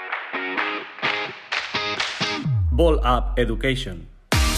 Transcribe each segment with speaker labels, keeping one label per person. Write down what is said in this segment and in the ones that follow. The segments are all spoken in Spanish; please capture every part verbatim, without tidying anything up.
Speaker 1: Ball Up Education.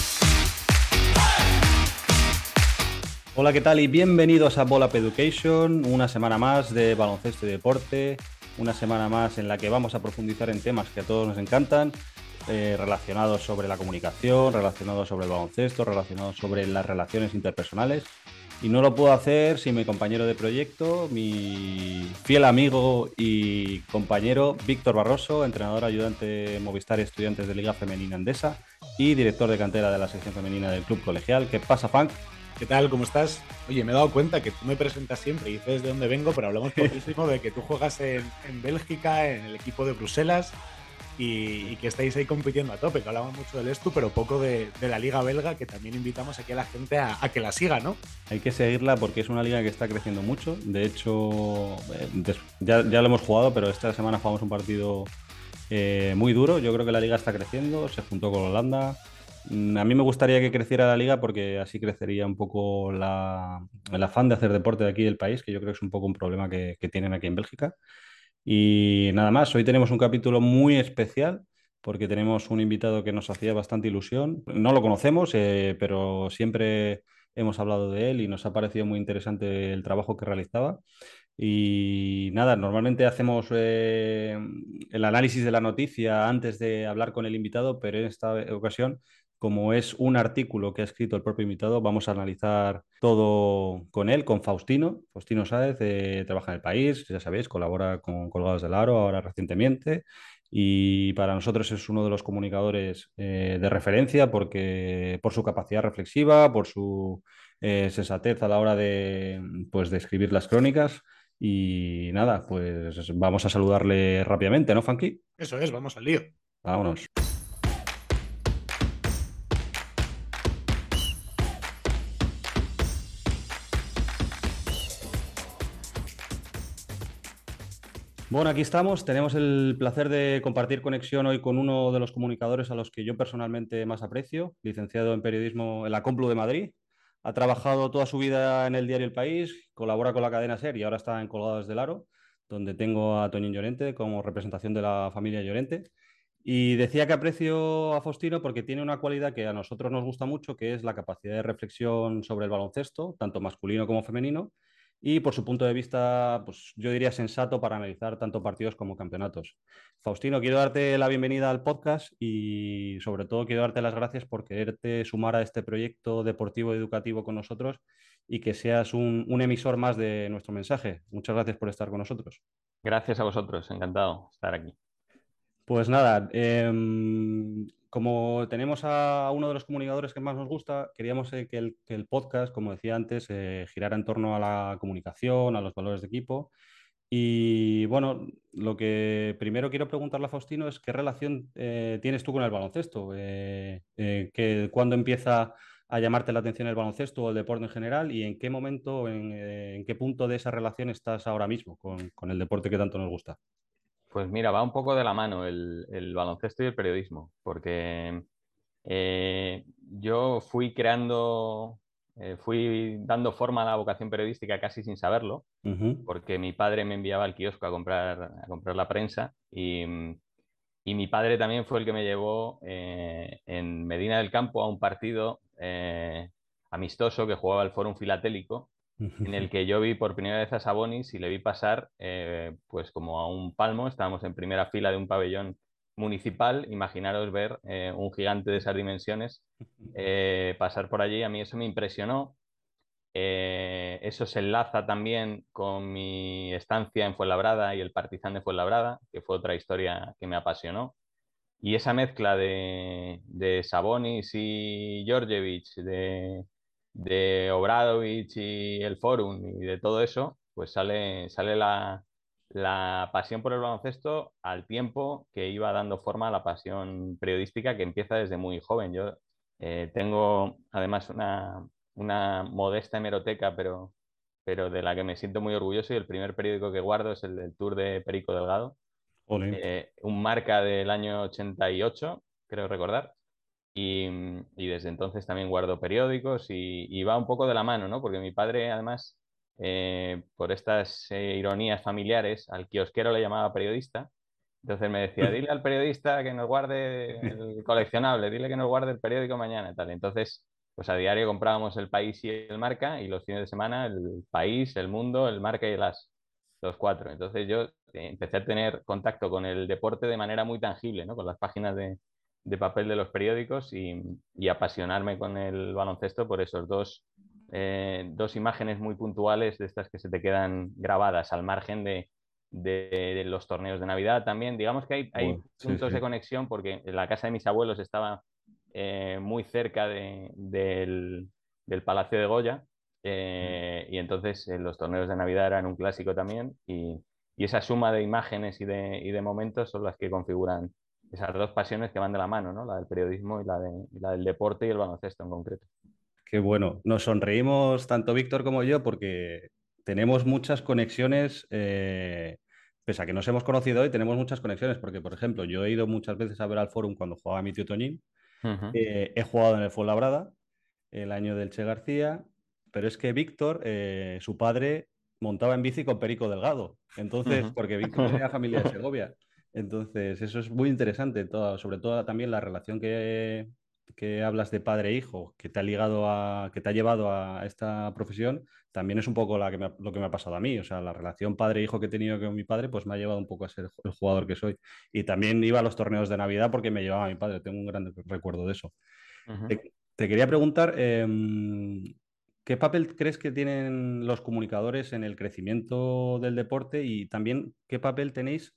Speaker 1: Hola, ¿qué tal? Y bienvenidos a Ball Up Education, una semana más de baloncesto y deporte, una semana más en la que vamos a profundizar en temas que a todos nos encantan, eh, relacionados sobre la comunicación, relacionados sobre el baloncesto, relacionados sobre las relaciones interpersonales. Y no lo puedo hacer sin mi compañero de proyecto, mi fiel amigo y compañero Víctor Barroso, entrenador ayudante Movistar Estudiantes de Liga Femenina Endesa y director de cantera de la sección femenina del Club Colegial. ¿Qué pasa, Frank?
Speaker 2: ¿Qué tal? ¿Cómo estás? Oye, me he dado cuenta que tú me presentas siempre y dices de dónde vengo, pero hablamos poquísimo de que tú juegas en, en Bélgica, en el equipo de Bruselas y, y que estáis ahí compitiendo a tope, que hablamos mucho del Estu, pero poco de, de la liga belga, que también invitamos aquí a la gente a, a que la siga, ¿no?
Speaker 1: Hay que seguirla porque es una liga que está creciendo mucho. De hecho, eh, des- ya, ya lo hemos jugado, pero esta semana jugamos un partido eh, muy duro. Yo creo que la liga está creciendo, se juntó con Holanda. Mm, A mí me gustaría que creciera la liga porque así crecería un poco la- el afán de hacer deporte de aquí del país, que yo creo que es un poco un problema que, que tienen aquí en Bélgica. Y nada más, hoy tenemos un capítulo muy especial porque tenemos un invitado que nos hacía bastante ilusión. No lo conocemos, eh, pero siempre hemos hablado de él y nos ha parecido muy interesante el trabajo que realizaba. Y nada, normalmente hacemos eh, el análisis de la noticia antes de hablar con el invitado, pero en esta ocasión, como es un artículo que ha escrito el propio invitado, vamos a analizar todo con él, con Faustino. Faustino Sáez eh, trabaja en El País, ya sabéis, colabora con Colgados del Aro ahora recientemente. Y para nosotros es uno de los comunicadores eh, de referencia porque, por su capacidad reflexiva, por su eh, sensatez a la hora de, pues, de escribir las crónicas. Y nada, pues vamos a saludarle rápidamente, ¿no, Funky?
Speaker 2: Eso es, vamos al lío.
Speaker 1: Vámonos. Bueno, aquí estamos. Tenemos el placer de compartir conexión hoy con uno de los comunicadores a los que yo personalmente más aprecio, licenciado en periodismo en la Complu de Madrid. Ha trabajado toda su vida en el diario El País, colabora con la cadena SER y ahora está en Colgados del Aro, donde tengo a Toñín Llorente como representación de la familia Llorente. Y decía que aprecio a Faustino porque tiene una cualidad que a nosotros nos gusta mucho, que es la capacidad de reflexión sobre el baloncesto, tanto masculino como femenino, y por su punto de vista, pues yo diría sensato para analizar tanto partidos como campeonatos. Faustino, quiero darte la bienvenida al podcast y sobre todo quiero darte las gracias por quererte sumar a este proyecto deportivo y educativo con nosotros y que seas un, un emisor más de nuestro mensaje. Muchas gracias por estar con nosotros.
Speaker 3: Gracias a vosotros, encantado de estar aquí.
Speaker 1: Pues nada, em, como tenemos a uno de los comunicadores que más nos gusta, queríamos eh, que, el, que el podcast, como decía antes, eh, girara en torno a la comunicación, a los valores de equipo. Y bueno, lo que primero quiero preguntarle a Faustino es qué relación eh, tienes tú con el baloncesto. Eh, eh, que, ¿cuándo empieza a llamarte la atención el baloncesto o el deporte en general? ¿Y en qué momento, en, eh, en qué punto de esa relación estás ahora mismo con, con el deporte que tanto nos gusta?
Speaker 3: Pues mira, va un poco de la mano el, el baloncesto y el periodismo, porque eh, yo fui creando, eh, fui dando forma a la vocación periodística casi sin saberlo,
Speaker 1: Ujú.
Speaker 3: porque mi padre me enviaba al kiosco a comprar, a comprar la prensa y, y mi padre también fue el que me llevó eh, en Medina del Campo a un partido eh, amistoso que jugaba el Fórum Filatélico, en el que yo vi por primera vez a Sabonis y le vi pasar eh, pues como a un palmo. Estábamos en primera fila de un pabellón municipal. Imaginaros ver eh, un gigante de esas dimensiones eh, pasar por allí. A mí eso me impresionó. Eh, eso se enlaza también con mi estancia en Fuenlabrada y el Partizan de Fuenlabrada, que fue otra historia que me apasionó. Y esa mezcla de, de Sabonis y Djordjevic, de, de Obradovic y el Forum y de todo eso, pues sale, sale la, la pasión por el baloncesto al tiempo que iba dando forma a la pasión periodística que empieza desde muy joven. Yo eh, tengo además una, una modesta hemeroteca, pero, pero de la que me siento muy orgulloso, y el primer periódico que guardo es el del Tour de Perico Delgado,
Speaker 1: Jolín.
Speaker 3: eh, un marca del año ochenta y ocho, creo recordar, y, y desde entonces también guardo periódicos y, y va un poco de la mano, ¿no? Porque mi padre, además, eh, por estas eh, ironías familiares, al kiosquero le llamaba periodista Entonces me decía, dile al periodista que nos guarde el coleccionable, dile que nos guarde el periódico mañana y tal. Entonces, pues a diario comprábamos El País y el Marca y los fines de semana El País, El Mundo, el Marca y el As, los cuatro. Entonces yo eh, empecé a tener contacto con el deporte de manera muy tangible, ¿no? Con las páginas de, de papel de los periódicos y, y apasionarme con el baloncesto por esos dos, eh, dos imágenes muy puntuales de estas que se te quedan grabadas al margen de, de, de los torneos de Navidad también. Digamos que hay, hay
Speaker 1: Bueno, sí,
Speaker 3: puntos de
Speaker 1: sí.
Speaker 3: conexión porque la casa de mis abuelos estaba eh, muy cerca de, del, del Palacio de Goya eh, y entonces eh, los torneos de Navidad eran un clásico también y, y esa suma de imágenes y de, y de momentos son las que configuran esas dos pasiones que van de la mano, ¿no? La del periodismo y la, de, y la del deporte y el baloncesto en concreto.
Speaker 1: Qué bueno. Nos sonreímos tanto Víctor como yo porque tenemos muchas conexiones, eh, pese a que nos hemos conocido hoy, tenemos muchas conexiones porque, por ejemplo, yo he ido muchas veces a ver al Fórum cuando jugaba mi tío Toñín,
Speaker 3: Uh -huh.
Speaker 1: eh, he jugado en el Fuenlabrada, el año del Che García, pero es que Víctor, eh, su padre, montaba en bici con Perico Delgado,
Speaker 3: Uh
Speaker 1: entonces,
Speaker 3: -huh.
Speaker 1: porque Víctor tenía familia de Segovia. Entonces, eso es muy interesante, todo, sobre todo también la relación que, que hablas de padre e hijo, que te ha ligado a, que te ha llevado a esta profesión, también es un poco la que me ha- lo que me ha pasado a mí. O sea, la relación padre-hijo que he tenido con mi padre, pues me ha llevado un poco a ser el jugador que soy. Y también iba a los torneos de Navidad porque me llevaba mi padre, tengo un gran recuerdo de eso.
Speaker 3: Uh -huh.
Speaker 1: Te, te quería preguntar, em, ¿qué papel crees que tienen los comunicadores en el crecimiento del deporte y también qué papel tenéis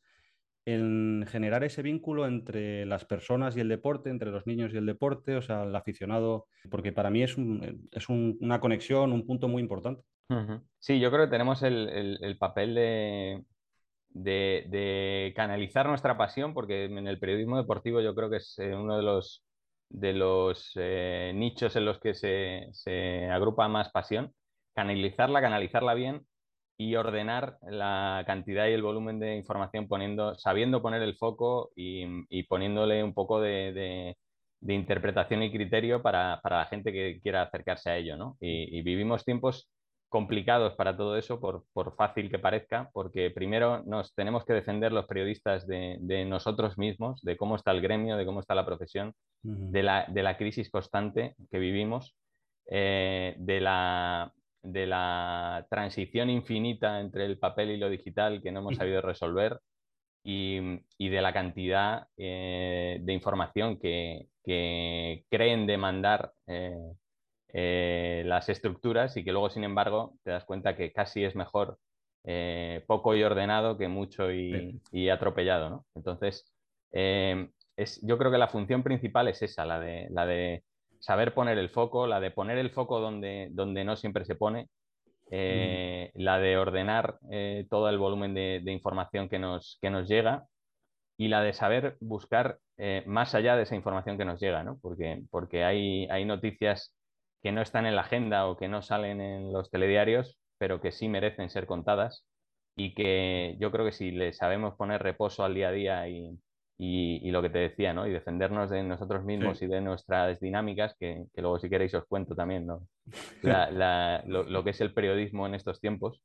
Speaker 1: en generar ese vínculo entre las personas y el deporte, entre los niños y el deporte, o sea, el aficionado? Porque para mí es, un- es un- una conexión, un punto muy importante.
Speaker 3: Uh -huh. Sí, yo creo que tenemos el, el, el papel de, de, de canalizar nuestra pasión, porque en el periodismo deportivo yo creo que es eh, uno de los, de los eh, nichos en los que se, se agrupa más pasión, canalizarla, canalizarla bien y ordenar la cantidad y el volumen de información poniendo, sabiendo poner el foco y, y poniéndole un poco de, de- de interpretación y criterio para, para la gente que quiera acercarse a ello, ¿no? Y, y vivimos tiempos complicados para todo eso, por, por fácil que parezca, porque primero nos tenemos que defender los periodistas de, de nosotros mismos, de cómo está el gremio, de cómo está la profesión,
Speaker 1: Ujú,
Speaker 3: de la, de la crisis constante que vivimos, eh, de la, de la transición infinita entre el papel y lo digital que no hemos sabido resolver y, y de la cantidad eh, de información que, que creen demandar eh, eh, las estructuras y que luego, sin embargo, te das cuenta que casi es mejor eh, poco y ordenado que mucho y,
Speaker 1: sí.
Speaker 3: y atropellado, ¿no? Entonces, eh, es, yo creo que la función principal es esa, la de, la de saber poner el foco, la de poner el foco donde, donde no siempre se pone,
Speaker 1: Ujú,
Speaker 3: eh, la de ordenar eh, todo el volumen de, de información que nos, que nos llega y la de saber buscar eh, más allá de esa información que nos llega, ¿no? Porque, porque hay, hay noticias que no están en la agenda o que no salen en los telediarios, pero que sí merecen ser contadas y que yo creo que si le sabemos poner reposo al día a día y, y, y lo que te decía, ¿no? Y defendernos de nosotros mismos
Speaker 1: sí.
Speaker 3: y de nuestras dinámicas, que, que luego si queréis os cuento también, ¿no? La, la, lo, lo que es el periodismo en estos tiempos,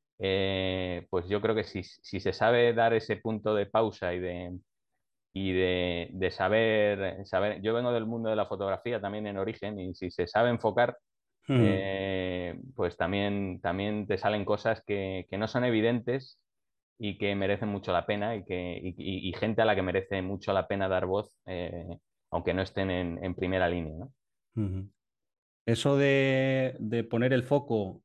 Speaker 3: eh, pues yo creo que si, si se sabe dar ese punto de pausa y de, y de, de saber, saber, yo vengo del mundo de la fotografía también en origen y si se sabe enfocar,
Speaker 1: Ujú.
Speaker 3: eh, pues también, también te salen cosas que, que no son evidentes y que merecen mucho la pena y, que, y, y- y gente a la que merece mucho la pena dar voz, eh, aunque no estén en, en primera línea, ¿no?
Speaker 1: Ujú. Eso de, de poner el foco.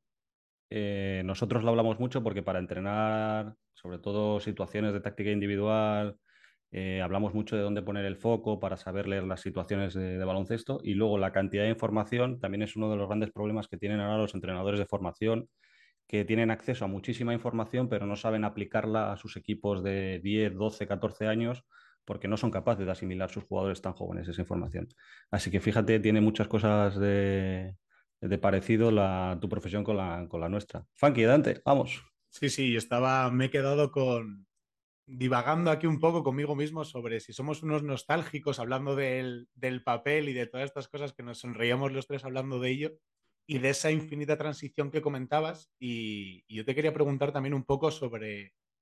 Speaker 1: Eh, nosotros lo hablamos mucho porque para entrenar, sobre todo situaciones de táctica individual, eh, hablamos mucho de dónde poner el foco para saber leer las situaciones de, de baloncesto y luego la cantidad de información también es uno de los grandes problemas que tienen ahora los entrenadores de formación, que tienen acceso a muchísima información pero no saben aplicarla a sus equipos de diez, doce, catorce años porque no son capaces de asimilar sus jugadores tan jóvenes esa información. Así que fíjate, tiene muchas cosas de, de parecido la, tu profesión con la, con la nuestra. Funky, Dante, vamos.
Speaker 2: Sí, sí, yo estaba, me he quedado con divagando aquí un poco conmigo mismo sobre si somos unos nostálgicos hablando del, del papel y de todas estas cosas que nos sonreíamos los tres hablando de ello y de esa infinita transición que comentabas. Y, y yo te quería preguntar también un poco sobre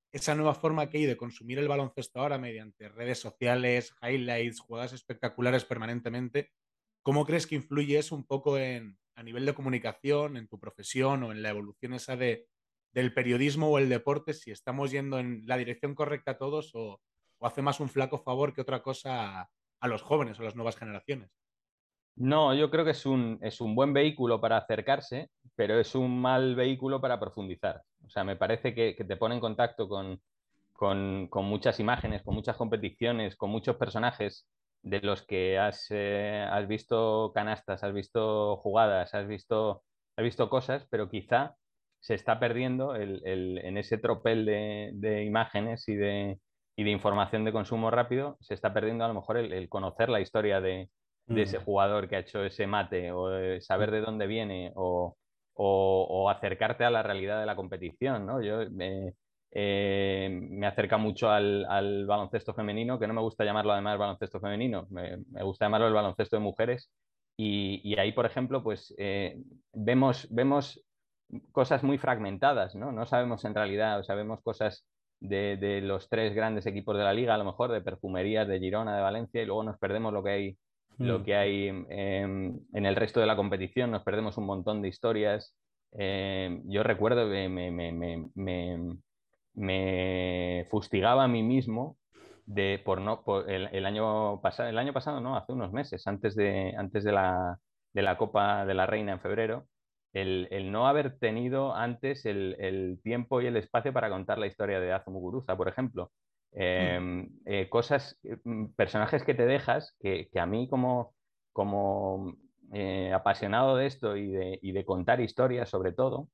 Speaker 2: esa nueva forma que hay de consumir el baloncesto ahora mediante redes sociales, highlights, jugadas espectaculares permanentemente, ¿cómo crees que influye eso un poco en, a nivel de comunicación, en tu profesión o en la evolución esa de, del periodismo o el deporte, si estamos yendo en la dirección correcta todos o, o hace más un flaco favor que otra cosa a, a los jóvenes o a las nuevas generaciones?
Speaker 3: No, yo creo que es un, es un buen vehículo para acercarse, pero es un mal vehículo para profundizar. O sea, me parece que, que te pone en contacto con, con, con muchas imágenes, con muchas competiciones, con muchos personajes de los que has, eh, has visto canastas, has visto jugadas, has visto, has visto cosas, pero quizá se está perdiendo el, el- en ese tropel de, de imágenes y de, y de información de consumo rápido, se está perdiendo a lo mejor el, el conocer la historia de, de ese
Speaker 1: Mm.
Speaker 3: jugador que ha hecho ese mate, o de saber de dónde viene, o, o- o acercarte a la realidad de la competición, ¿no? Yo, eh, eh, me acerca mucho al, al baloncesto femenino, que no me gusta llamarlo además baloncesto femenino, me, me gusta llamarlo el baloncesto de mujeres. Y, y ahí, por ejemplo, pues eh, vemos, vemos cosas muy fragmentadas, ¿no? No sabemos en realidad, o sabemos cosas de, de los tres grandes equipos de la liga, a lo mejor de Perfumerías, de Girona, de Valencia, y luego nos perdemos lo que hay, lo
Speaker 1: Mm.
Speaker 3: que hay eh, en el resto de la competición, nos perdemos un montón de historias. Eh, yo recuerdo que me, me, me, me, me fustigaba a mí mismo de por no por el, el año pasado, el año pasado no, hace unos meses, antes de, antes de la, de la Copa de la Reina en febrero, el, el no haber tenido antes el, el tiempo y el espacio para contar la historia de Azu Muguruza, por ejemplo.
Speaker 2: Mm.
Speaker 3: Eh, eh, cosas, mm, personajes que te dejas que, que a mí como, como eh, apasionado de esto y de, y de contar historias sobre todo,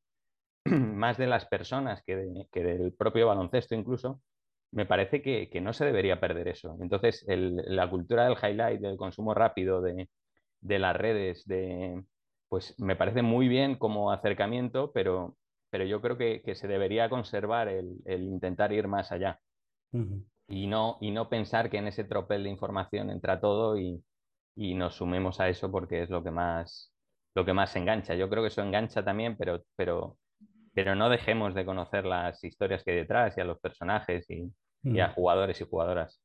Speaker 3: más de las personas que, de- que del propio baloncesto incluso, me parece que, que no se debería perder eso. Entonces, el- la cultura del highlight, del consumo rápido, de, de las redes, de, pues me parece muy bien como acercamiento, pero, pero yo creo que, que se debería conservar el, el intentar ir más allá
Speaker 1: Ujú.
Speaker 3: y no, y no pensar que en ese tropel de información entra todo y, y nos sumemos a eso porque es lo que más, lo que más engancha. Yo creo que eso engancha también, pero, pero pero no dejemos de conocer las historias que hay detrás y a los personajes y, y a
Speaker 1: Ujú.
Speaker 3: jugadores y jugadoras.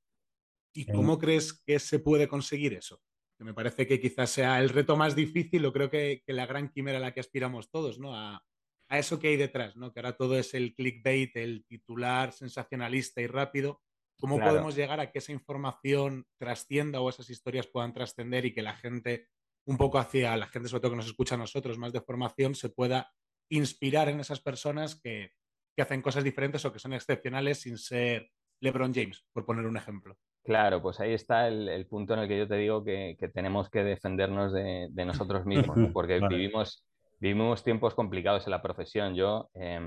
Speaker 2: ¿Y
Speaker 1: En-
Speaker 2: cómo crees que se puede conseguir eso? Que me parece que quizás sea el reto más difícil, o creo que, que la gran quimera a la que aspiramos todos, ¿no? A, a eso que hay detrás, ¿no? Que ahora todo es el clickbait, el titular sensacionalista y rápido. ¿Cómo
Speaker 3: Claro,
Speaker 2: podemos llegar a que esa información trascienda o esas historias puedan trascender y que la gente, un poco hacia la gente, sobre todo que nos escucha a nosotros, más de formación, se pueda inspirar en esas personas que, que hacen cosas diferentes o que son excepcionales sin ser LeBron James, por poner un ejemplo?
Speaker 3: claro, pues ahí está el, el punto en el que yo te digo que, que tenemos que defendernos de, de nosotros mismos, ¿no? Porque
Speaker 1: Vale.
Speaker 3: vivimos, vivimos tiempos complicados en la profesión. Yo, eh,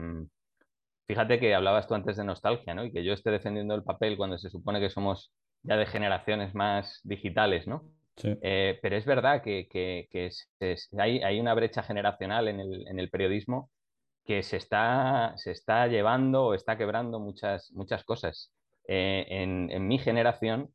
Speaker 3: fíjate que hablabas tú antes de nostalgia, ¿no? Y que yo esté defendiendo el papel cuando se supone que somos ya de generaciones más digitales, ¿no?
Speaker 1: Sí.
Speaker 3: Eh, pero es verdad que, que- que es- es- hay, hay una brecha generacional en el, en el periodismo que se está, se está llevando o está quebrando muchas, muchas cosas. Eh, en, en mi generación,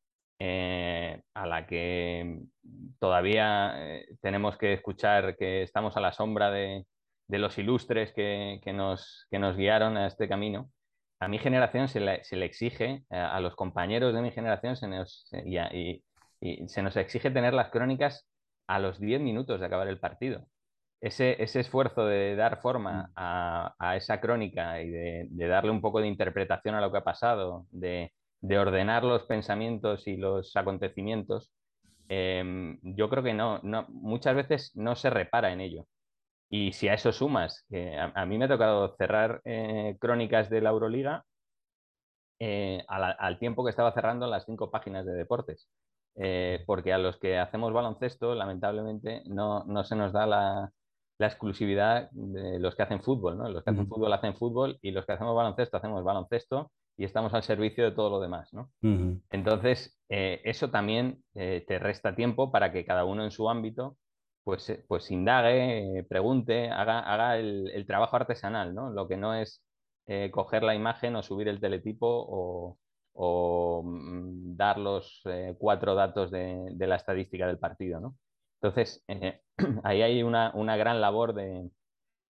Speaker 3: eh, a la que todavía eh, tenemos que escuchar que estamos a la sombra de, de los ilustres que, que nos, que nos guiaron a este camino, a mi generación se le, se le exige, a, a los compañeros de mi generación se nos, y, a- y- y se nos exige tener las crónicas a los diez minutos de acabar el partido. Ese, ese esfuerzo de dar forma a, a esa crónica y de, de darle un poco de interpretación a lo que ha pasado, de, de ordenar los pensamientos y los acontecimientos, eh, yo creo que no, no, muchas veces no se repara en ello. Y si a eso sumas, que a, a mí me ha tocado cerrar eh, crónicas de la Euroliga eh, a la- al tiempo que estaba cerrando las cinco páginas de deportes. Eh, porque a los que hacemos baloncesto, lamentablemente, no, no se nos da la, la exclusividad de los que hacen fútbol, ¿no? Los que hacen
Speaker 1: Ujú.
Speaker 3: fútbol hacen fútbol y los que hacemos baloncesto hacemos baloncesto y estamos al servicio de todo lo demás, ¿no?
Speaker 1: Ujú.
Speaker 3: Entonces, eh, eso también eh, te resta tiempo para que cada uno en su ámbito pues, eh, pues indague, eh, pregunte, haga, haga el, el trabajo artesanal, ¿no? Lo que no es eh, coger la imagen o subir el teletipo o, o, mm, dar los eh, cuatro datos de, de la estadística del partido, ¿no? Entonces, eh, ahí hay una, una gran labor de,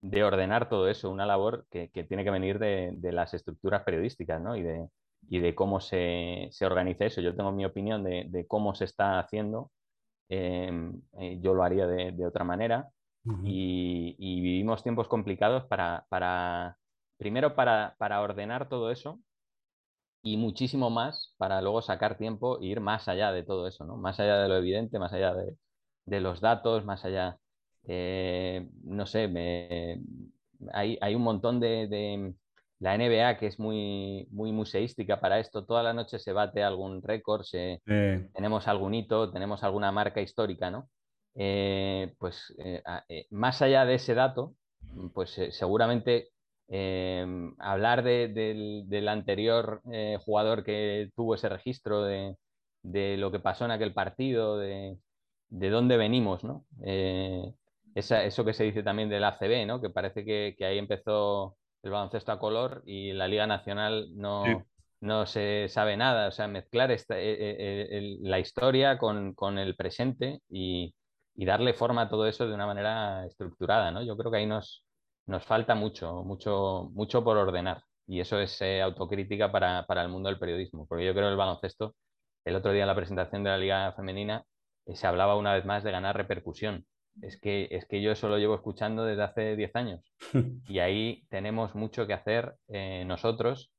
Speaker 3: de ordenar todo eso, una labor que, que tiene que venir de, de las estructuras periodísticas, ¿no? Y de, y de cómo se, se organiza eso. Yo tengo mi opinión de, de cómo se está haciendo, eh, eh, yo lo haría de, de otra manera
Speaker 1: Ujú.
Speaker 3: y, y vivimos tiempos complicados para, para primero para, para ordenar todo eso y muchísimo más para luego sacar tiempo e ir más allá de todo eso, ¿no? Más allá de lo evidente, más allá de, de los datos, más allá, eh, no sé, me, hay, hay un montón de, de- la N B A que es muy, muy museística para esto. Toda la noche se bate algún récord, se,
Speaker 1: Eh,
Speaker 3: tenemos algún hito, tenemos alguna marca histórica, ¿no? Eh, pues eh, a- eh, más allá de ese dato, pues eh, seguramente eh, hablar de- del, del anterior eh, jugador que tuvo ese registro de, de lo que pasó en aquel partido, de, de dónde venimos, ¿no? Eh, esa- eso que se dice también del A C B, ¿no? Que parece que, que ahí empezó el baloncesto a color y la Liga Nacional
Speaker 1: sí.
Speaker 3: no, no se sabe nada. O sea, mezclar esta- eh, eh, el- la historia con, con el presente y, y darle forma a todo eso de una manera estructurada, ¿no? Yo creo que ahí nos, nos falta mucho, mucho, mucho por ordenar. Y eso es eh, autocrítica para, para el mundo del periodismo, porque yo creo que el baloncesto, el otro día en la presentación de la Liga Femenina, eh, se hablaba una vez más de ganar repercusión. Es que, es que yo eso lo llevo escuchando desde hace diez años y ahí tenemos mucho que hacer eh, nosotros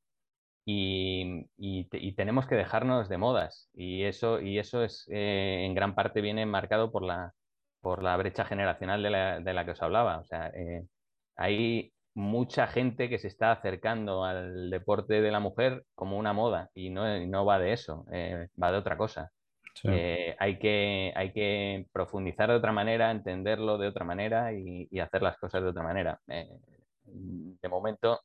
Speaker 3: y, y te- y tenemos que dejarnos de modas y eso, y eso es eh, en gran parte viene marcado por la, por la brecha generacional de la, de la que os hablaba. O sea, eh, hay mucha gente que se está acercando al deporte de la mujer como una moda y no, y no va de eso, eh, va de otra cosa.
Speaker 1: Sí.
Speaker 3: Eh, hay que, hay que profundizar de otra manera, entenderlo de otra manera y, y hacer las cosas de otra manera. Eh, de momento,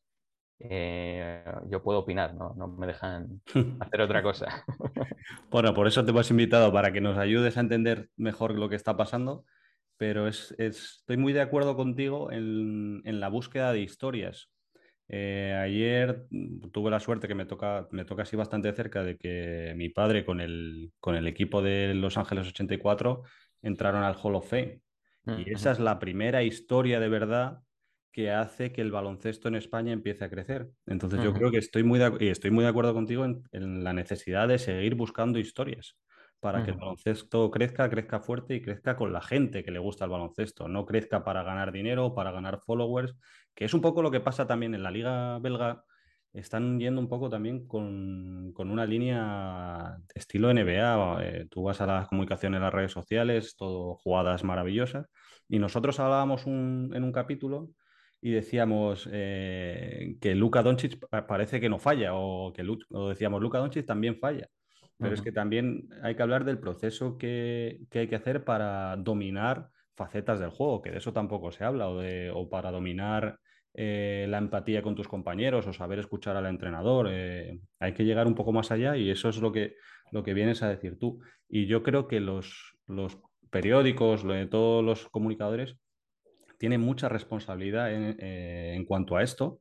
Speaker 3: eh, yo puedo opinar, ¿no? No me dejan hacer otra cosa.
Speaker 1: Bueno, por eso te hemos invitado para que nos ayudes a entender mejor lo que está pasando, pero es, es- estoy muy de acuerdo contigo en, en la búsqueda de historias. Eh, ayer mm, tuve la suerte que me toca, me toca así bastante cerca de que mi padre con el, con el equipo de Los Ángeles ochenta y cuatro entraron al Hall of Fame. Y esa
Speaker 3: Ujú,
Speaker 1: es la primera historia de verdad que hace que el baloncesto en España empiece a crecer. Entonces yo
Speaker 3: ujú,
Speaker 1: creo que estoy muy de, ac- y estoy muy de acuerdo contigo en, en la necesidad de seguir buscando historias para que el
Speaker 3: ujú,
Speaker 1: baloncesto crezca, crezca fuerte y crezca con la gente que le gusta el baloncesto, no crezca para ganar dinero, para ganar followers, que es un poco lo que pasa también en la liga belga. Están yendo un poco también con, con una línea estilo N B A. Eh, tú vas a la comunicación en las redes sociales, todo jugadas maravillosas. Y nosotros hablábamos un- en un capítulo y decíamos eh, que Luka Doncic pa- parece que no falla, o que Lu- o decíamos Luka Doncic también falla. Pero es
Speaker 3: ujú,
Speaker 1: que también hay que hablar del proceso que, que hay que hacer para dominar facetas del juego, que de eso tampoco se habla, o, de, o para dominar eh, la empatía con tus compañeros o saber escuchar al entrenador. Eh, hay que llegar un poco más allá y eso es lo que, lo que vienes a decir tú. Y yo creo que los, los periódicos, lo de todos los comunicadores, tienen mucha responsabilidad en, eh, en cuanto a esto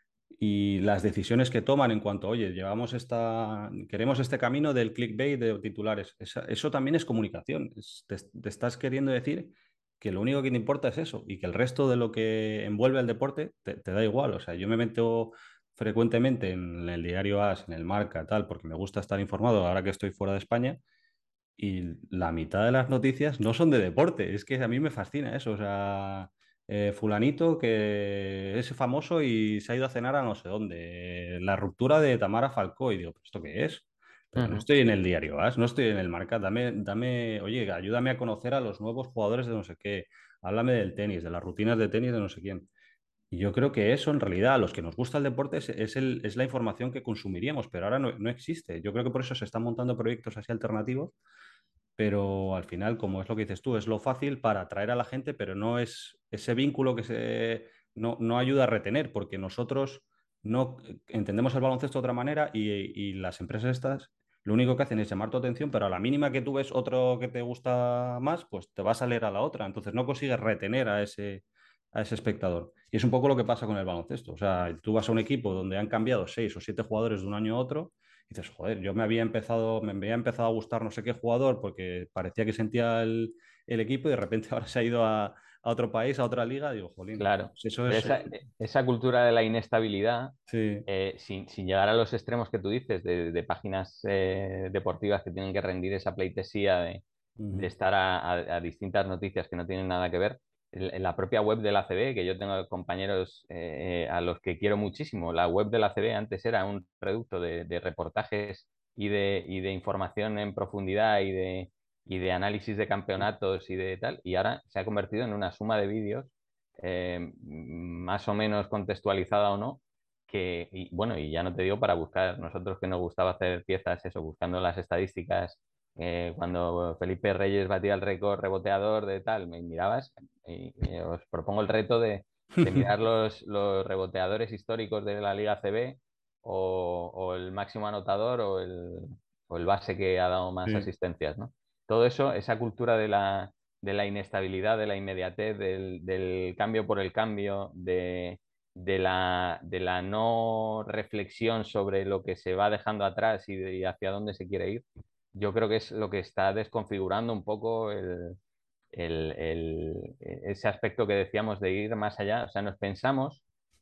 Speaker 1: y las decisiones que toman en cuanto, oye, llevamos esta, queremos este camino del clickbait de titulares. Esa- eso también es comunicación. Es- te, te estás queriendo decir que lo único que te importa es eso y que el resto de lo que envuelve al deporte te, te da igual. O sea, yo me meto frecuentemente en el diario A S, en el Marca, tal, porque me gusta estar informado ahora que estoy fuera de España y la mitad de las noticias no son de deporte. Es que a mí me fascina eso. O sea, eh, fulanito que es famoso y se ha ido a cenar a no sé dónde. La ruptura de Tamara Falcó. Y digo, ¿pero esto qué es? Pero no
Speaker 3: ujú.
Speaker 1: estoy en el diario A S, no estoy en el Marca. Dame, dame, oye, ayúdame a conocer a los nuevos jugadores de no sé qué. Háblame del tenis, de las rutinas de tenis de no sé quién. Y yo creo que eso, en realidad, a los que nos gusta el deporte es, es el- es la información que consumiríamos, pero ahora no, no existe. Yo creo que por eso se están montando proyectos así alternativos, pero al final, como es lo que dices tú, es lo fácil para atraer a la gente, pero no es ese vínculo que se, no, no ayuda a retener, porque nosotros no entendemos el baloncesto de otra manera y, y las empresas estas lo único que hacen es llamar tu atención, pero a la mínima que tú ves otro que te gusta más, pues te vas a leer a la otra. Entonces no consigues retener a ese, a ese espectador. Y es un poco lo que pasa con el baloncesto. O sea, tú vas a un equipo donde han cambiado seis o siete jugadores de un año a otro y dices, joder, yo me había empezado, me había empezado a gustar no sé qué jugador porque parecía que sentía el, el equipo y de repente ahora se ha ido a, a otro país, a otra liga, digo, jolín,
Speaker 3: Claro.
Speaker 1: pues eso
Speaker 3: Pero
Speaker 1: es...
Speaker 3: esa, esa cultura de la inestabilidad,
Speaker 1: Sí.
Speaker 3: eh, sin, sin llegar a los extremos que tú dices, de, de páginas eh, deportivas que tienen que rendir esa pleitesía de, de
Speaker 1: Ujú.
Speaker 3: estar a, a- a distintas noticias que no tienen nada que ver. En, en la propia web de la A C B, que yo tengo compañeros eh, a los que quiero muchísimo, la web de la A C B antes era un reducto de, de reportajes y de, y de información en profundidad y de, y de análisis de campeonatos y de tal, y ahora se ha convertido en una suma de vídeos eh, más o menos contextualizada o no, que, y, bueno, y ya no te digo para buscar, nosotros que nos gustaba hacer piezas, eso, buscando las estadísticas, eh, cuando Felipe Reyes batía el récord reboteador de tal, me mirabas y, y os propongo el reto de, de mirar los, los reboteadores históricos de la Liga C B o, o el máximo anotador o el, o el base que ha dado más
Speaker 1: Sí.
Speaker 3: asistencias, ¿no? Todo eso, esa cultura de la, de la inestabilidad, de la inmediatez, del, del cambio por el cambio, de, de la, de la no reflexión sobre lo que se va dejando atrás y, de- y hacia dónde se quiere ir, yo creo que es lo que está desconfigurando un poco el, el- el- ese aspecto que decíamos de ir más allá. O sea, nos pensamos,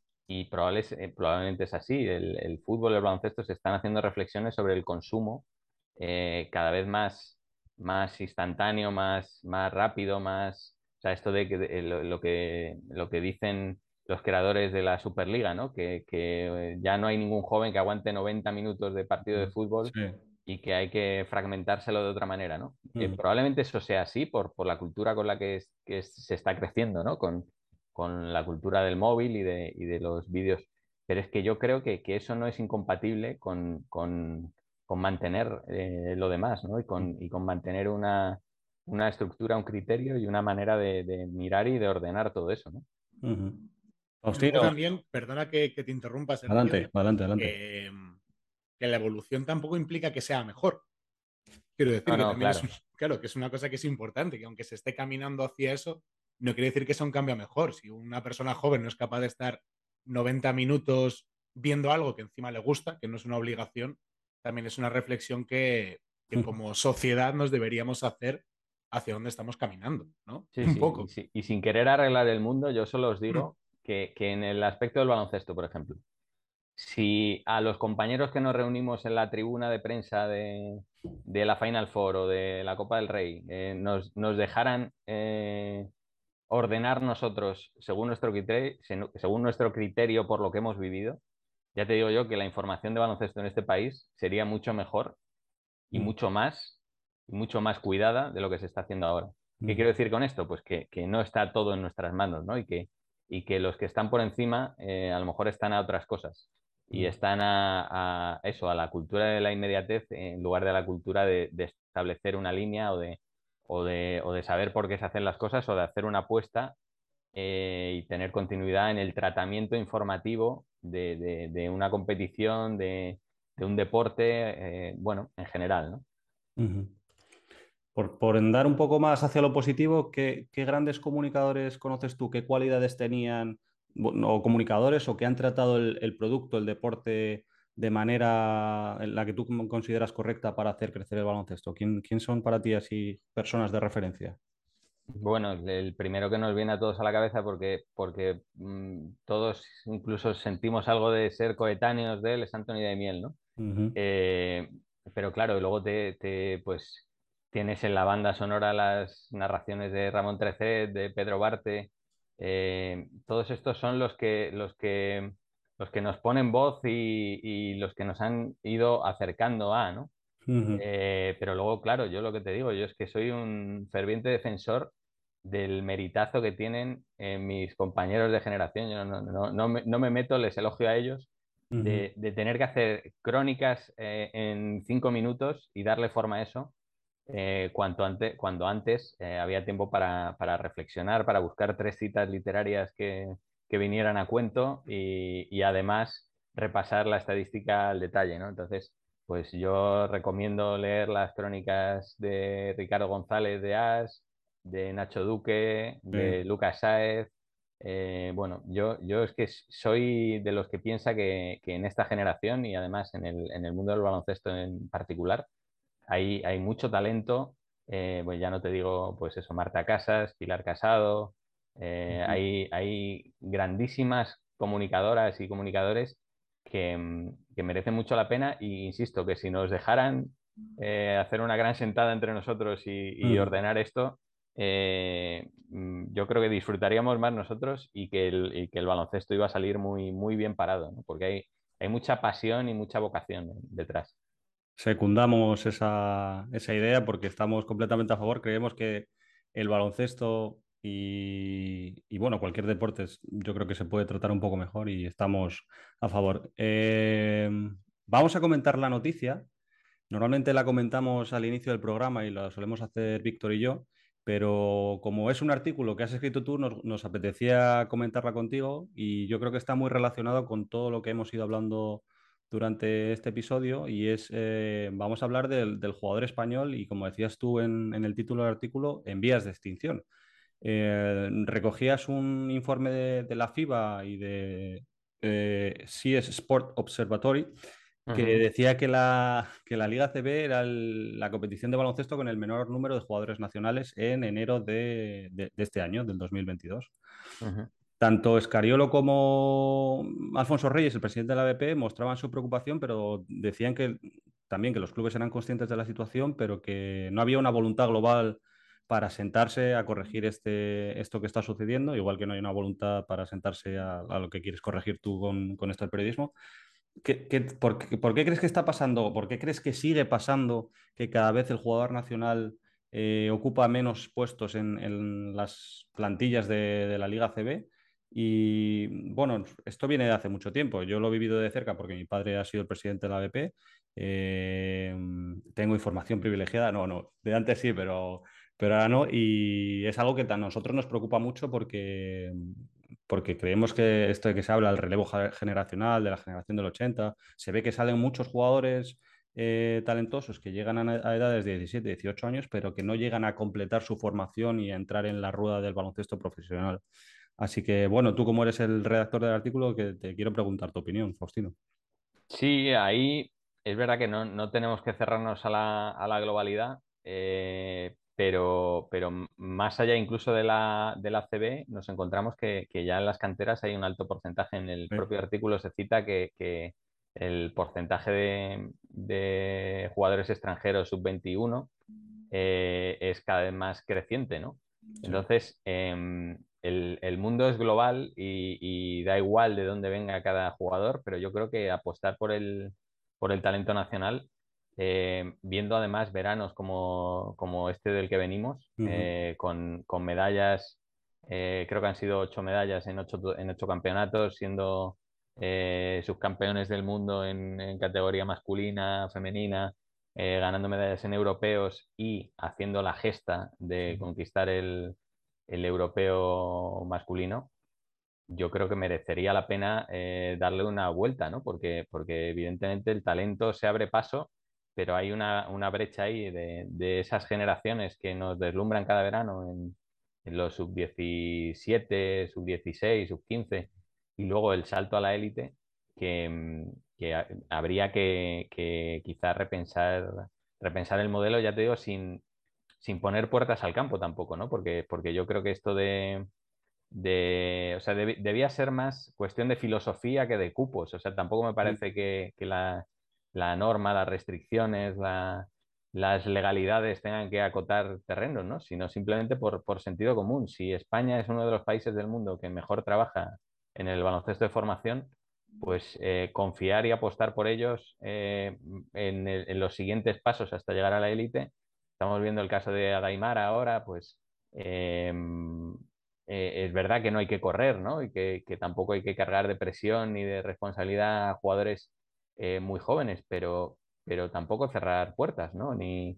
Speaker 3: y probable es- eh, probablemente es así, el, el fútbol y el baloncesto se están haciendo reflexiones sobre el consumo eh, cada vez más, más instantáneo, más, más rápido, más... O sea, esto de que de- lo, lo que lo que dicen los creadores de la Superliga, ¿no? Que, que eh, ya no hay ningún joven que aguante noventa minutos de partido de fútbol
Speaker 1: Sí.
Speaker 3: y que hay que fragmentárselo de otra manera, ¿no? Eh,
Speaker 1: Ujú.
Speaker 3: probablemente eso sea así por, por la cultura con la que, es- que es- se está creciendo, ¿no? Con, con la cultura del móvil y de, y de los vídeos. Pero es que yo creo que, que eso no es incompatible con, con- con mantener eh, lo demás, ¿no? Y con, y con mantener una, una estructura, un criterio y una manera de, de mirar y de ordenar todo eso, ¿no?
Speaker 1: Ujú.
Speaker 2: Y luego
Speaker 1: Faustino,
Speaker 2: también, perdona que, que te interrumpa, Sergio,
Speaker 1: adelante, adelante, adelante.
Speaker 2: que, que la evolución tampoco implica que sea mejor. Quiero decir
Speaker 3: No,
Speaker 2: que
Speaker 3: no,
Speaker 2: también es,
Speaker 3: claro.
Speaker 2: un- claro, que es una cosa que es importante, que aunque se esté caminando hacia eso, no quiere decir que sea un cambio a mejor. Si una persona joven no es capaz de estar noventa minutos viendo algo que encima le gusta, que no es una obligación, también es una reflexión que, que como sociedad nos deberíamos hacer hacia dónde estamos caminando, ¿no?
Speaker 3: Sí,
Speaker 2: Un
Speaker 3: sí. Y,
Speaker 2: poco.
Speaker 3: si- y sin querer arreglar el mundo, yo solo os digo que, que en el aspecto del baloncesto, por ejemplo, si a los compañeros que nos reunimos en la tribuna de prensa de, de la Final Four o de la Copa del Rey eh, nos, nos dejaran eh, ordenar nosotros según nuestro criterio, según nuestro criterio por lo que hemos vivido, ya te digo yo que la información de baloncesto en este país sería mucho mejor y
Speaker 1: Ujú.
Speaker 3: mucho más, y mucho más cuidada de lo que se está haciendo ahora. ¿Qué
Speaker 1: Ujú.
Speaker 3: quiero decir con esto? Pues que, que no está todo en nuestras manos, ¿no? Y que, y que los que están por encima eh, a lo mejor están a otras cosas y
Speaker 1: Ujú.
Speaker 3: están a, a eso, a la cultura de la inmediatez en lugar de la cultura de, de establecer una línea o de, o de, o de saber por qué se hacen las cosas o de hacer una apuesta eh, y tener continuidad en el tratamiento informativo de, de- de una competición, de, de un deporte, eh, bueno, en general, ¿no?
Speaker 1: Ujú. Por, por andar un poco más hacia lo positivo, ¿qué, qué grandes comunicadores conoces tú? ¿Qué cualidades tenían, bueno, o comunicadores, o que han tratado el, el producto, el deporte, de manera en la que tú consideras correcta para hacer crecer el baloncesto? ¿Quién, quién son para ti así personas de referencia?
Speaker 3: Bueno, el primero que nos viene a todos a la cabeza porque, porque mm, todos incluso sentimos algo de ser coetáneos de él es Anthony de Miel, ¿no?
Speaker 1: Ujú.
Speaker 3: Eh, pero claro, luego te, te, pues tienes en la banda sonora las narraciones de Ramón Trecet, de Pedro Barte. Eh, todos estos son los que, los que, los que nos ponen voz y, y los que nos han ido acercando a, ¿no?
Speaker 1: Ujú.
Speaker 3: Eh, pero luego, claro, yo lo que te digo, yo es que soy un ferviente defensor del meritazo que tienen eh, mis compañeros de generación. Yo no, no, no me, no me meto, les elogio a ellos
Speaker 1: Ujú.
Speaker 3: de, de tener que hacer crónicas eh, en cinco minutos y darle forma a eso, eh, cuanto antes, cuando antes eh, había tiempo para, para reflexionar, para buscar tres citas literarias que, que vinieran a cuento y, y además repasar la estadística al detalle, ¿no? Entonces, pues yo recomiendo leer las crónicas de Ricardo González de As, de Nacho Duque, de
Speaker 1: Sí.
Speaker 3: Lucas Sáez. Eh, bueno, yo, yo es que soy de los que piensa que, que en esta generación y además en el, en el mundo del baloncesto en particular, hay, hay mucho talento. Eh, pues ya no te digo, pues eso, Marta Casas, Pilar Casado, Eh, hay, hay grandísimas comunicadoras y comunicadores que, mm, que merecen mucho la pena e insisto que si nos dejaran eh, hacer una gran sentada entre nosotros y, y
Speaker 1: Mm.
Speaker 3: ordenar esto, eh, mm, yo creo que disfrutaríamos más nosotros y que el, y que el baloncesto iba a salir muy, muy bien parado, ¿no? Porque hay, hay mucha pasión y mucha vocación detrás.
Speaker 1: Secundamos esa, esa idea porque estamos completamente a favor. Creemos que el baloncesto y, y, bueno, cualquier deporte es- yo creo que se puede tratar un poco mejor y estamos a favor. Eh, vamos a comentar la noticia. Normalmente la comentamos al inicio del programa y la solemos hacer Víctor y yo, pero como es un artículo que has escrito tú, nos, nos apetecía comentarla contigo y yo creo que está muy relacionado con todo lo que hemos ido hablando durante este episodio y es, eh, vamos a hablar del, del jugador español y como decías tú en, en el título del artículo, en vías de extinción. Eh, recogías un informe de, de la FIBA y de eh, C S Sport Observatory que
Speaker 3: Ujú,
Speaker 1: decía que la, que la Liga A C B era el- la competición de baloncesto con el menor número de jugadores nacionales en enero de, de- de este año, del dos mil veintidós.
Speaker 3: ujú,
Speaker 1: Tanto Escariolo como Alfonso Reyes, el presidente de la B P, mostraban su preocupación, pero decían que también que los clubes eran conscientes de la situación, pero que no había una voluntad global para sentarse a corregir este, esto que está sucediendo, igual que no hay una voluntad para sentarse a, a lo que quieres corregir tú con, con esto del periodismo. ¿Qué, qué- por, qué, por qué crees que está pasando? ¿Por qué crees que sigue pasando que cada vez el jugador nacional eh, ocupa menos puestos en, en las plantillas de, de la Liga A C B? Y bueno, esto viene de hace mucho tiempo. Yo lo he vivido de cerca porque mi padre ha sido el presidente de la A B P. Eh, tengo información privilegiada. No, no, de antes sí, pero, pero ahora no. Y es algo que a nosotros nos preocupa mucho porque porque creemos que esto de que se habla del relevo ja- generacional, de la generación del ochenta, se ve que salen muchos jugadores eh, talentosos que llegan a, a edades de diecisiete, dieciocho años, pero que no llegan a completar su formación y a entrar en la rueda del baloncesto profesional. Así que, bueno, tú como eres el redactor del artículo, que te quiero preguntar tu opinión, Faustino.
Speaker 3: sí, ahí es verdad que no, no tenemos que cerrarnos a la, a la globalidad, eh, pero, pero m- más allá incluso de la, de la A C B, nos encontramos que, que ya en las canteras hay un alto porcentaje. En el
Speaker 1: Sí.
Speaker 3: propio artículo se cita que, que el porcentaje de, de jugadores extranjeros sub veintiuno eh, es cada vez más creciente, ¿no?
Speaker 1: Sí.
Speaker 3: Entonces, em, el, el mundo es global y, y da igual de dónde venga cada jugador, pero yo creo que apostar por el, por el talento nacional, eh, viendo además veranos como, como este del que venimos,
Speaker 1: Ujú.
Speaker 3: eh, con, con medallas, eh, creo que han sido ocho medallas en ocho, en ocho campeonatos, siendo eh, subcampeones del mundo en, en categoría masculina, femenina, eh, ganando medallas en europeos y haciendo la gesta de
Speaker 1: Sí.
Speaker 3: conquistar el, el europeo masculino, yo creo que merecería la pena eh, darle una vuelta, ¿no? Porque, porque evidentemente el talento se abre paso, pero hay una, una brecha ahí de, de esas generaciones que nos deslumbran cada verano en, en los sub diecisiete, sub dieciséis, sub quince y luego el salto a la élite que, mm, que ha- habría que, que quizás repensar, repensar el modelo, ya te digo, sin, sin poner puertas al campo tampoco, ¿no? Porque, porque yo creo que esto de de, o sea, debi- debía ser más cuestión de filosofía que de cupos. O sea, tampoco me
Speaker 1: Mm.
Speaker 3: parece que, que la, la norma, las restricciones, la- las legalidades tengan que acotar terrenos, ¿no? Sino simplemente por, por sentido común. Si España es uno de los países del mundo que mejor trabaja en el baloncesto de formación, pues eh, confiar y apostar por ellos eh, en, el- en los siguientes pasos hasta llegar a la élite. Estamos viendo el caso de Adaimar ahora, pues eh, eh, es verdad que no hay que correr, ¿no? Y que, que tampoco hay que cargar de presión ni de responsabilidad a jugadores eh, muy jóvenes, pero, pero tampoco cerrar puertas, ¿no? Ni,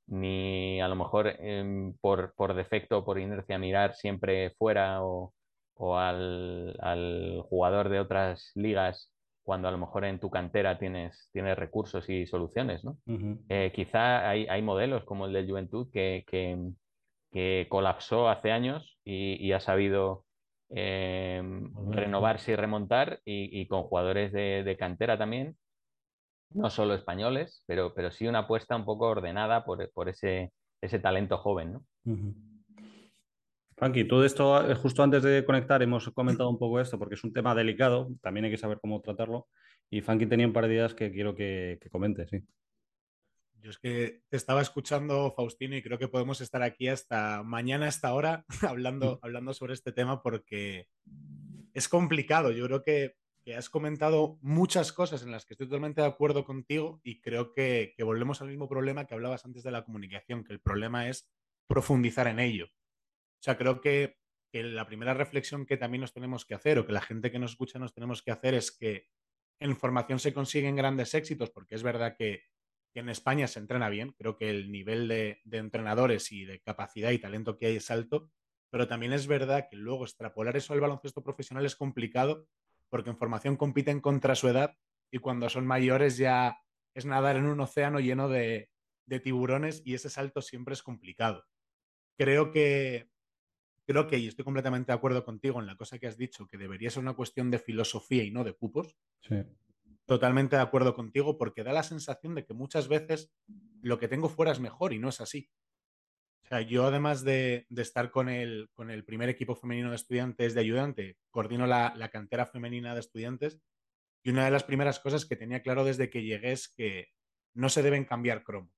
Speaker 3: ni a lo mejor em, por, por defecto o por inercia mirar siempre fuera o, o al, al jugador de otras ligas cuando a lo mejor en tu cantera tienes, tienes recursos y soluciones, ¿no?
Speaker 1: Ujú.
Speaker 3: Eh, quizá hay, hay modelos como el del Juventud que, que, que colapsó hace años y, y ha sabido eh,
Speaker 1: Volver, sí.
Speaker 3: renovarse y remontar y, y con jugadores de, de cantera también, no solo españoles, pero, pero sí una apuesta un poco ordenada por, por ese, ese talento joven, ¿no?
Speaker 1: Ujú. Frankie, todo esto, eh, justo antes de conectar, hemos comentado un poco esto porque es un tema delicado, también hay que saber cómo tratarlo. Y Frankie tenía un par de ideas que quiero que, que comente, sí.
Speaker 2: Yo es que te estaba escuchando, Faustino, y creo que podemos estar aquí hasta mañana a esta hora hablando, hablando sobre este tema porque es complicado. Yo creo que, que has comentado muchas cosas en las que estoy totalmente de acuerdo contigo y creo que, que volvemos al mismo problema que hablabas antes de la comunicación, que el problema es profundizar en ello. O sea, creo que, que la primera reflexión que también nos tenemos que hacer o que la gente que nos escucha nos tenemos que hacer es que en formación se consiguen grandes éxitos porque es verdad que, que en España se entrena bien. Creo que el nivel de, de entrenadores y de capacidad y talento que hay es alto, pero también es verdad que luego extrapolar eso al baloncesto profesional es complicado porque en formación compiten contra su edad y cuando son mayores ya es nadar en un océano lleno de, de tiburones y ese salto siempre es complicado. Creo que, creo que, y estoy completamente de acuerdo contigo en la cosa que has dicho, que debería ser una cuestión de filosofía y no de cupos.
Speaker 1: Sí.
Speaker 2: Totalmente de acuerdo contigo porque da la sensación de que muchas veces lo que tengo fuera es mejor y no es así. O sea, yo además de, de estar con el, con el primer equipo femenino de estudiantes de ayudante, coordino la, la cantera femenina de estudiantes y una de las primeras cosas que tenía claro desde que llegué es que no se deben cambiar cromos.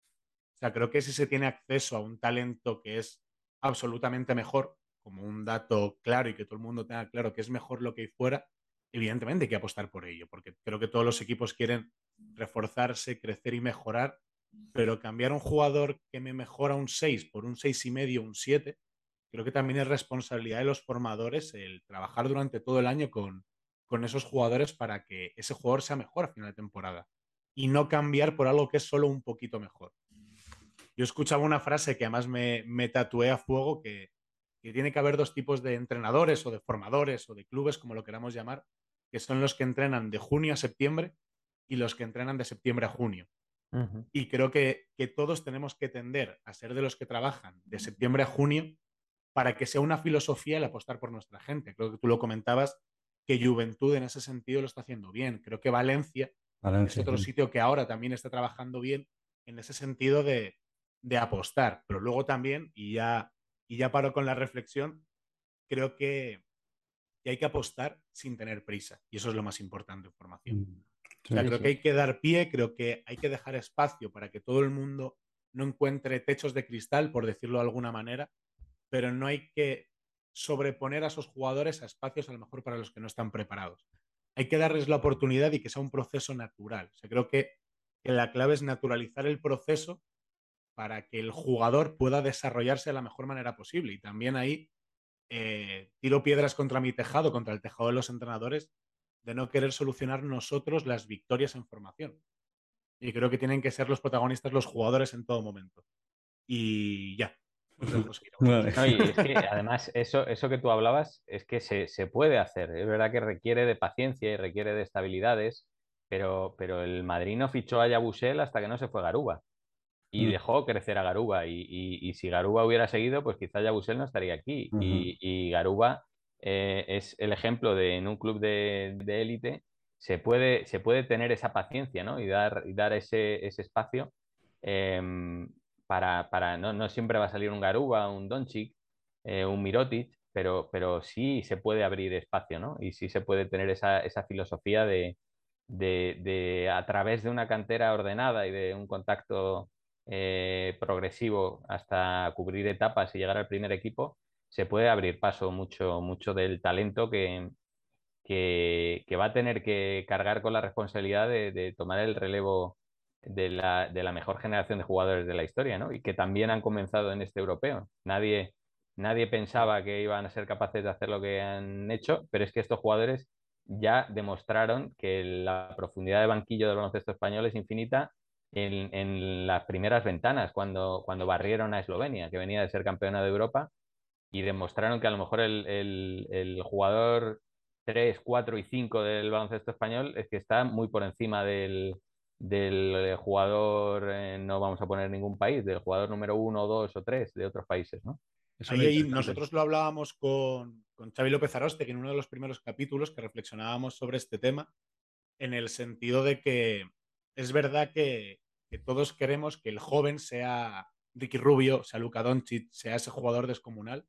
Speaker 2: O sea, creo que si se tiene acceso a un talento que es absolutamente mejor, como un dato claro y que todo el mundo tenga claro que es mejor lo que hay fuera, evidentemente hay que apostar por ello, porque creo que todos los equipos quieren reforzarse, crecer y mejorar, pero cambiar un jugador que me mejora un seis por un seis y medio, un siete, creo que también es responsabilidad de los formadores el trabajar durante todo el año con, con esos jugadores para que ese jugador sea mejor a final de temporada y no cambiar por algo que es solo un poquito mejor. Yo escuchaba una frase que además me, me tatué a fuego, que, que tiene que haber dos tipos de entrenadores o de formadores o de clubes, como lo queramos llamar, que son los que entrenan de junio a septiembre y los que entrenan de septiembre a junio.
Speaker 3: Ujú.
Speaker 2: Y creo que, que todos tenemos que tender a ser de los que trabajan de septiembre a junio para que sea una filosofía el apostar por nuestra gente. Creo que tú lo comentabas, que Juventud en ese sentido lo está haciendo bien. Creo que Valencia es
Speaker 1: Valencia,
Speaker 2: otro
Speaker 1: sí.
Speaker 2: sitio que ahora también está trabajando bien en ese sentido de, de apostar. Pero luego también, y ya, y ya paro con la reflexión, creo que, que hay que apostar sin tener prisa. Y eso es lo más importante en formación.
Speaker 1: Mm.
Speaker 2: O sea,
Speaker 1: Sí.
Speaker 3: Sí,
Speaker 2: creo que
Speaker 3: sí.
Speaker 2: hay que dar pie, creo que hay que dejar espacio para que todo el mundo no encuentre techos de cristal, por decirlo de alguna manera, pero no hay que sobreponer a esos jugadores a espacios a lo mejor para los que no están preparados. Hay que darles la oportunidad y que sea un proceso natural. O sea, creo que, que la clave es naturalizar el proceso para que el jugador pueda desarrollarse de la mejor manera posible. Y también ahí eh, tiro piedras contra mi tejado, contra el tejado de los entrenadores, de no querer solucionar nosotros las victorias en formación. Y creo que tienen que ser los protagonistas los jugadores en todo momento. Y ya, os dejo seguir a vosotros.
Speaker 1: Vale.
Speaker 3: No, y es que además eso, eso que tú hablabas es que se, se puede hacer. Es verdad que requiere de paciencia y requiere de estabilidades, pero, pero el Madrid no fichó a Yabusel hasta que no se fue Garuba y
Speaker 1: Mm.
Speaker 3: dejó crecer a Garuba. Y, y- y si Garuba hubiera seguido, pues quizá Yabusel no estaría aquí.
Speaker 1: Ujú.
Speaker 3: Y, y Garuba eh, es el ejemplo de en un club de de élite se puede, se puede tener esa paciencia, ¿no? Y dar, y dar ese, ese espacio. em, para, para no, no siempre va a salir un Garuba, un Doncic, eh, un Mirotic, pero, pero sí se puede abrir espacio, ¿no? Y sí se puede tener esa, esa filosofía de, de, de, a través de una cantera ordenada y de un contacto eh, progresivo hasta cubrir etapas y llegar al primer equipo, se puede abrir paso mucho, mucho del talento que, que, que va a tener que cargar con la responsabilidad de, de tomar el relevo de la, de la mejor generación de jugadores de la historia, ¿no? Y que también han comenzado en este europeo. Nadie, nadie pensaba que iban a ser capaces de hacer lo que han hecho, pero es que estos jugadores ya demostraron que la profundidad de banquillo del baloncesto español es infinita en, en las primeras ventanas, cuando, cuando barrieron a Eslovenia, que venía de ser campeona de Europa, y demostraron que a lo mejor el, el, el jugador tres cuatro y cinco del baloncesto español es que está muy por encima del, del jugador, eh, no vamos a poner ningún país, del jugador número uno, dos o tres de otros países, ¿no?
Speaker 1: Eso es lo
Speaker 2: Ahí, ahí
Speaker 1: interesante.
Speaker 2: nosotros lo hablábamos con, con Xavi López Aroste, que en uno de los primeros capítulos que reflexionábamos sobre este tema, en el sentido de que es verdad que, que todos queremos que el joven sea Ricky Rubio, sea Luka Doncic, sea ese jugador descomunal,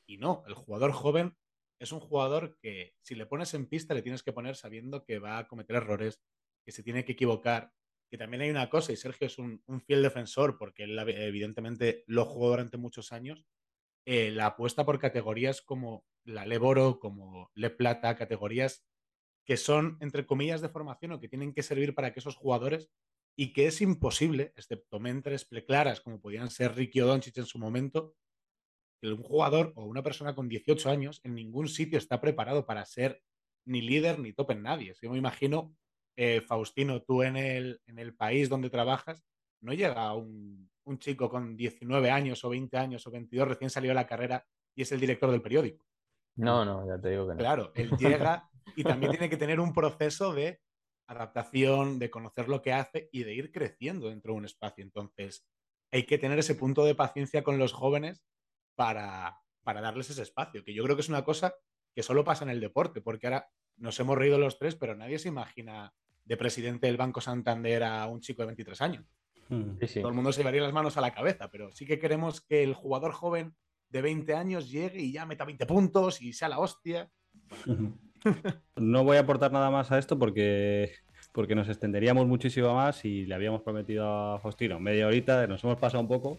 Speaker 2: Y no, el jugador joven es un jugador que si le pones en pista le tienes que poner sabiendo que va a cometer errores, que se tiene que equivocar, que también hay una cosa, y Sergio es un, un fiel defensor porque él evidentemente lo jugó durante muchos años, eh, la apuesta por categorías como la LEB Oro, como LEB Plata, categorías que son, entre comillas, de formación o que tienen que servir para que esos jugadores, y que es imposible, excepto mentes preclaras como podían ser Ricky o Doncic en su momento, que un jugador o una persona con dieciocho años en ningún sitio está preparado para ser ni líder ni top en nadie. Yo me imagino, eh, Faustino, tú en el, en el país donde trabajas, no llega un, un chico con diecinueve años o veinte años o veintidós recién salido de la carrera y es el director del periódico.
Speaker 3: No, no, ya te digo que no.
Speaker 2: Claro, él llega y también tiene que tener un proceso de adaptación, de conocer lo que hace y de ir creciendo dentro de un espacio. Entonces, hay que tener ese punto de paciencia con los jóvenes para, para darles ese espacio, que yo creo que es una cosa que solo pasa en el deporte, porque ahora nos hemos reído los tres, pero nadie se imagina de presidente del Banco Santander a un chico de veintitrés años.
Speaker 3: Sí, sí.
Speaker 2: Todo el mundo se llevaría las manos a la cabeza, pero sí que queremos que el jugador joven de veinte años llegue y ya meta veinte puntos y sea la hostia. Bueno.
Speaker 1: No voy a aportar nada más a esto porque, porque nos extenderíamos muchísimo más y le habíamos prometido a Faustino media horita, nos hemos pasado un poco,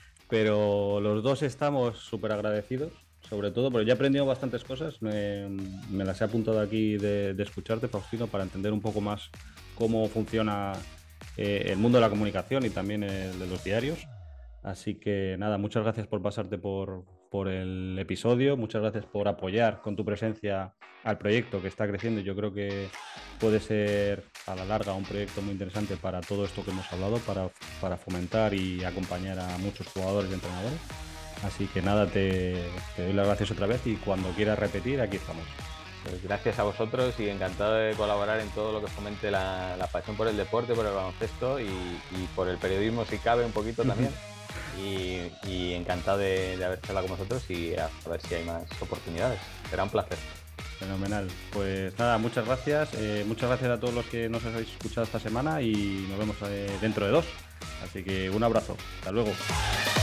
Speaker 1: pero los dos estamos súper agradecidos, sobre todo porque ya he aprendido bastantes cosas, me, me las he apuntado aquí de, de escucharte, Faustino, para entender un poco más cómo funciona eh, el mundo de la comunicación y también el de los diarios. Así que nada, muchas gracias por pasarte por, por el episodio, muchas gracias por apoyar con tu presencia al proyecto que está creciendo. Yo creo que puede ser a la larga un proyecto muy interesante para todo esto que hemos hablado, para, para fomentar y acompañar a muchos jugadores y entrenadores. Así que nada, te, te doy las gracias otra vez y cuando quieras repetir, aquí estamos.
Speaker 3: Pues gracias a vosotros y encantado de colaborar en todo lo que fomente la, la pasión por el deporte, por el baloncesto y, y por el periodismo si cabe un poquito también. Y, y encantado de, de haber charlado con vosotros y a, a ver si hay más oportunidades. Será un placer.
Speaker 1: Fenomenal. Pues nada, muchas gracias. Eh, muchas gracias a todos los que nos habéis escuchado esta semana y nos vemos eh, dentro de dos. Así que un abrazo. Hasta luego.